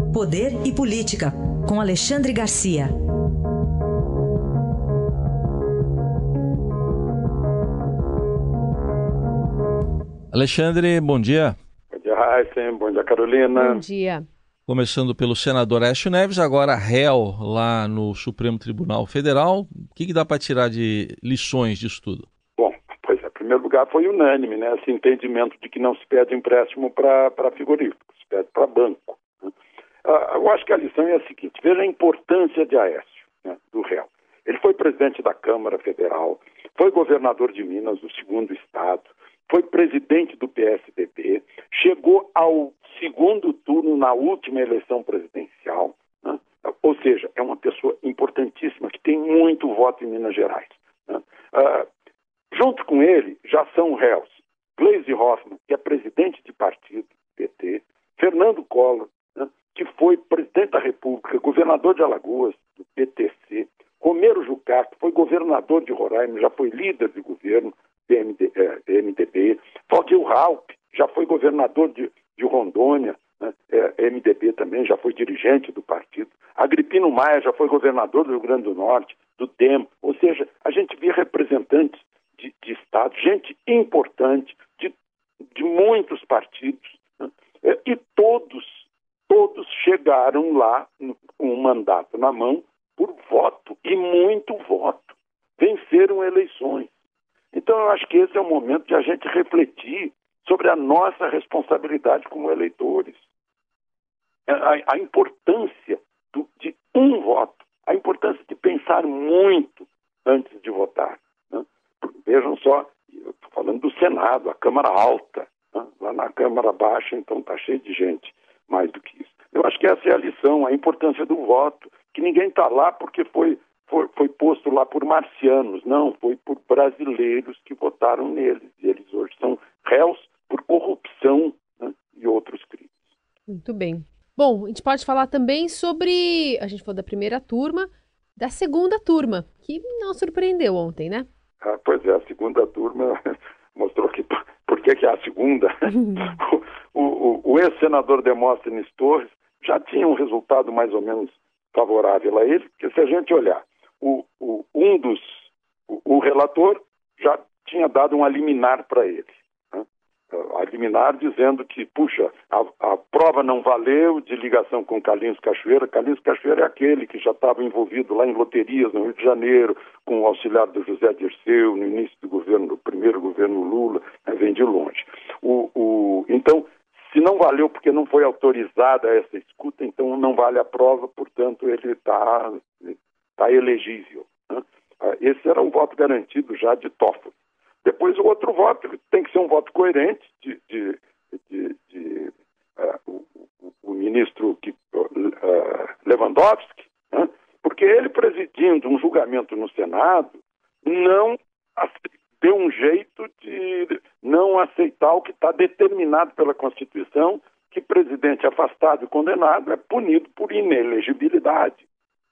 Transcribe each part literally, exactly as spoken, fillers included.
Poder e Política, com Alexandre Garcia. Alexandre, bom dia. Bom dia, Raíssa. Bom dia, Carolina. Bom dia. Começando pelo senador Aécio Neves, agora réu lá no Supremo Tribunal Federal. O que, que dá para tirar de lições disso tudo? Bom, pois é, em primeiro lugar foi unânime, né, esse entendimento de que não se pede empréstimo para frigorífico, se pede para banco. Né? Ah, eu acho que a lição é a seguinte: veja a importância de Aécio, né, do réu. Ele foi presidente da Câmara Federal, foi governador de Minas, do segundo estado, foi presidente do P S D B, chegou ao segundo turno na última eleição presidencial, né? Ou seja, é uma pessoa importantíssima, que tem muito voto em Minas Gerais. Né? Ah, junto com ele já são réus Gleisi Hoffmann, que é presidente de partido, P T, Fernando Collor, né, que foi presidente da República, governador de Alagoas, do P T C, Romero Jucá, que foi governador de Roraima, já foi líder de governo, do M D B, Valdir Raupp, já foi governador de, de Rondônia, né? é, M D B também, já foi dirigente do partido, Agripino Maia já foi governador do Rio Grande do Norte, do D E M, ou seja, a gente via representantes de, de Estado, gente importante, de, de muitos partidos, né? é, e todos, todos chegaram lá com um mandato na mão por voto, e muito voto, venceram eleições. Então, eu acho que esse é o momento de a gente refletir sobre a nossa responsabilidade como eleitores. A, a importância do, de um voto, a importância de pensar muito antes de votar. Né? Vejam só, eu estou falando do Senado, a Câmara Alta. Né? Lá na Câmara Baixa, então, está cheio de gente, mais do que isso. Eu acho que essa é a lição, a importância do voto, que ninguém está lá porque foi... Foi, foi posto lá por marcianos, não, foi por brasileiros que votaram neles. E eles hoje são réus por corrupção, né, e outros crimes. Muito bem. Bom, a gente pode falar também sobre, a gente falou da primeira turma, da segunda turma, que não surpreendeu ontem, né? Ah, pois é, a segunda turma mostrou que por que, que é a segunda. o o, o ex-senador Demóstenes Torres já tinha um resultado mais ou menos favorável a ele, porque se a gente olhar, O, o, um dos, o, o relator já tinha dado um liminar para ele, né? A liminar dizendo que, puxa, a, a prova não valeu de ligação com Carlinhos Cachoeira. Carlinhos Cachoeira é aquele que já estava envolvido lá em loterias no Rio de Janeiro, com o auxiliar do José Dirceu, no início do governo, do primeiro governo Lula, né? Vem de longe. O, o, então, se não valeu porque não foi autorizada essa escuta, então não vale a prova, portanto ele está... está elegível. Né? Esse era um voto garantido já de Toffoli. Depois o outro voto tem que ser um voto coerente de, de, de, de uh, o, o ministro que, uh, Lewandowski, né? Porque ele presidindo um julgamento no Senado não deu um jeito de não aceitar o que está determinado pela Constituição, que presidente afastado e condenado é punido por inelegibilidade.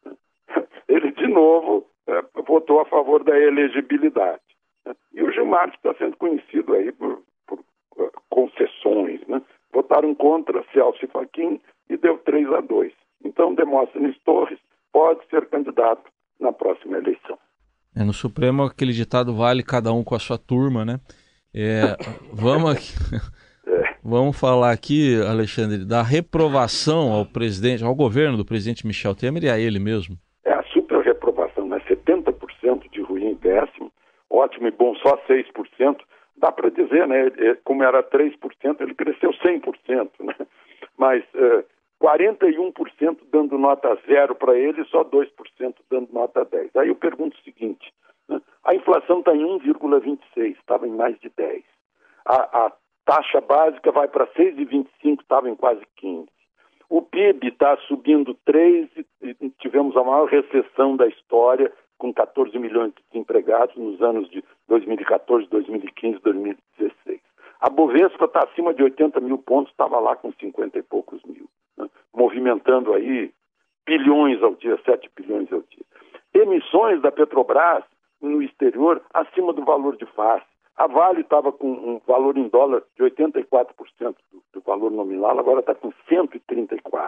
Ele, de novo, é, votou a favor da elegibilidade. Né? E o Gilmar está sendo conhecido aí por, por uh, concessões. Né? Votaram contra Celso e Fachin e deu três a dois. Então, Demóstenes Torres pode ser candidato na próxima eleição. É, no Supremo, aquele ditado vale cada um com a sua turma, né? É, vamos aqui... É. Vamos falar aqui, Alexandre, da reprovação ao presidente, ao governo do presidente Michel Temer e a ele mesmo. É a super reprovação, né? setenta por cento de ruim e péssimo, ótimo e bom só seis por cento. Dá para dizer, né? Como era três por cento, ele cresceu cem por cento, né? Mas uh, quarenta e um por cento dando nota zero para ele e só dois por cento dando nota dez. Aí eu pergunto o seguinte, né? A inflação está em um vírgula vinte e seis, estava em mais de dez. A, a taxa básica vai para seis vírgula vinte e cinco, estava em quase quinze. O P I B está subindo três e tivemos a maior recessão da história, com catorze milhões de desempregados nos anos de dois mil e catorze, dois mil e quinze, dois mil e dezesseis. A Bovespa está acima de oitenta mil pontos, estava lá com cinquenta e poucos mil, né? Movimentando aí bilhões ao dia, sete bilhões ao dia. Emissões da Petrobras no exterior acima do valor de face. A Vale estava com um valor em dólar de oitenta e quatro por cento do, do valor nominal, agora está com cento e trinta e quatro por cento.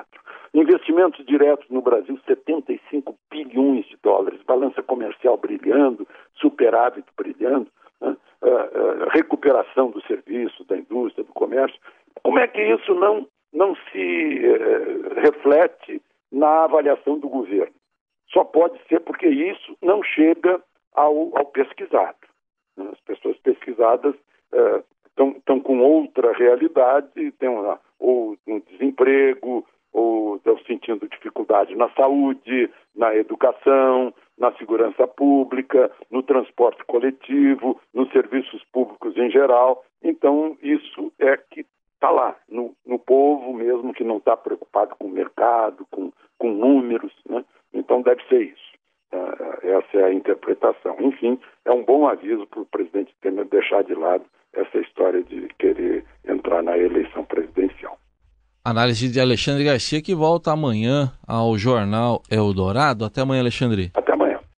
Investimentos diretos no Brasil, setenta e cinco bilhões de dólares, balança comercial brilhando, superávit brilhando, né? uh, uh, recuperação do serviço, da indústria, do comércio. Como é que isso não, não se uh, reflete na avaliação do governo? Só pode ser porque isso não chega ao, ao pesquisado. As pessoas pesquisadas estão uh, com outra realidade, tem uma, ou um desemprego, ou estão sentindo dificuldade na saúde, na educação, na segurança pública, no transporte coletivo, nos serviços públicos em geral. Então, isso é que está lá, no, no povo mesmo, que não está preocupado com o mercado, com, com números, né? Então, deve ser isso. Uh, essa é a interpretação. Enfim, é um bom aviso para o presidente Temer deixar de lado essa história de querer entrar na eleição presidencial. Análise de Alexandre Garcia, que volta amanhã ao Jornal Eldorado. Até amanhã, Alexandre.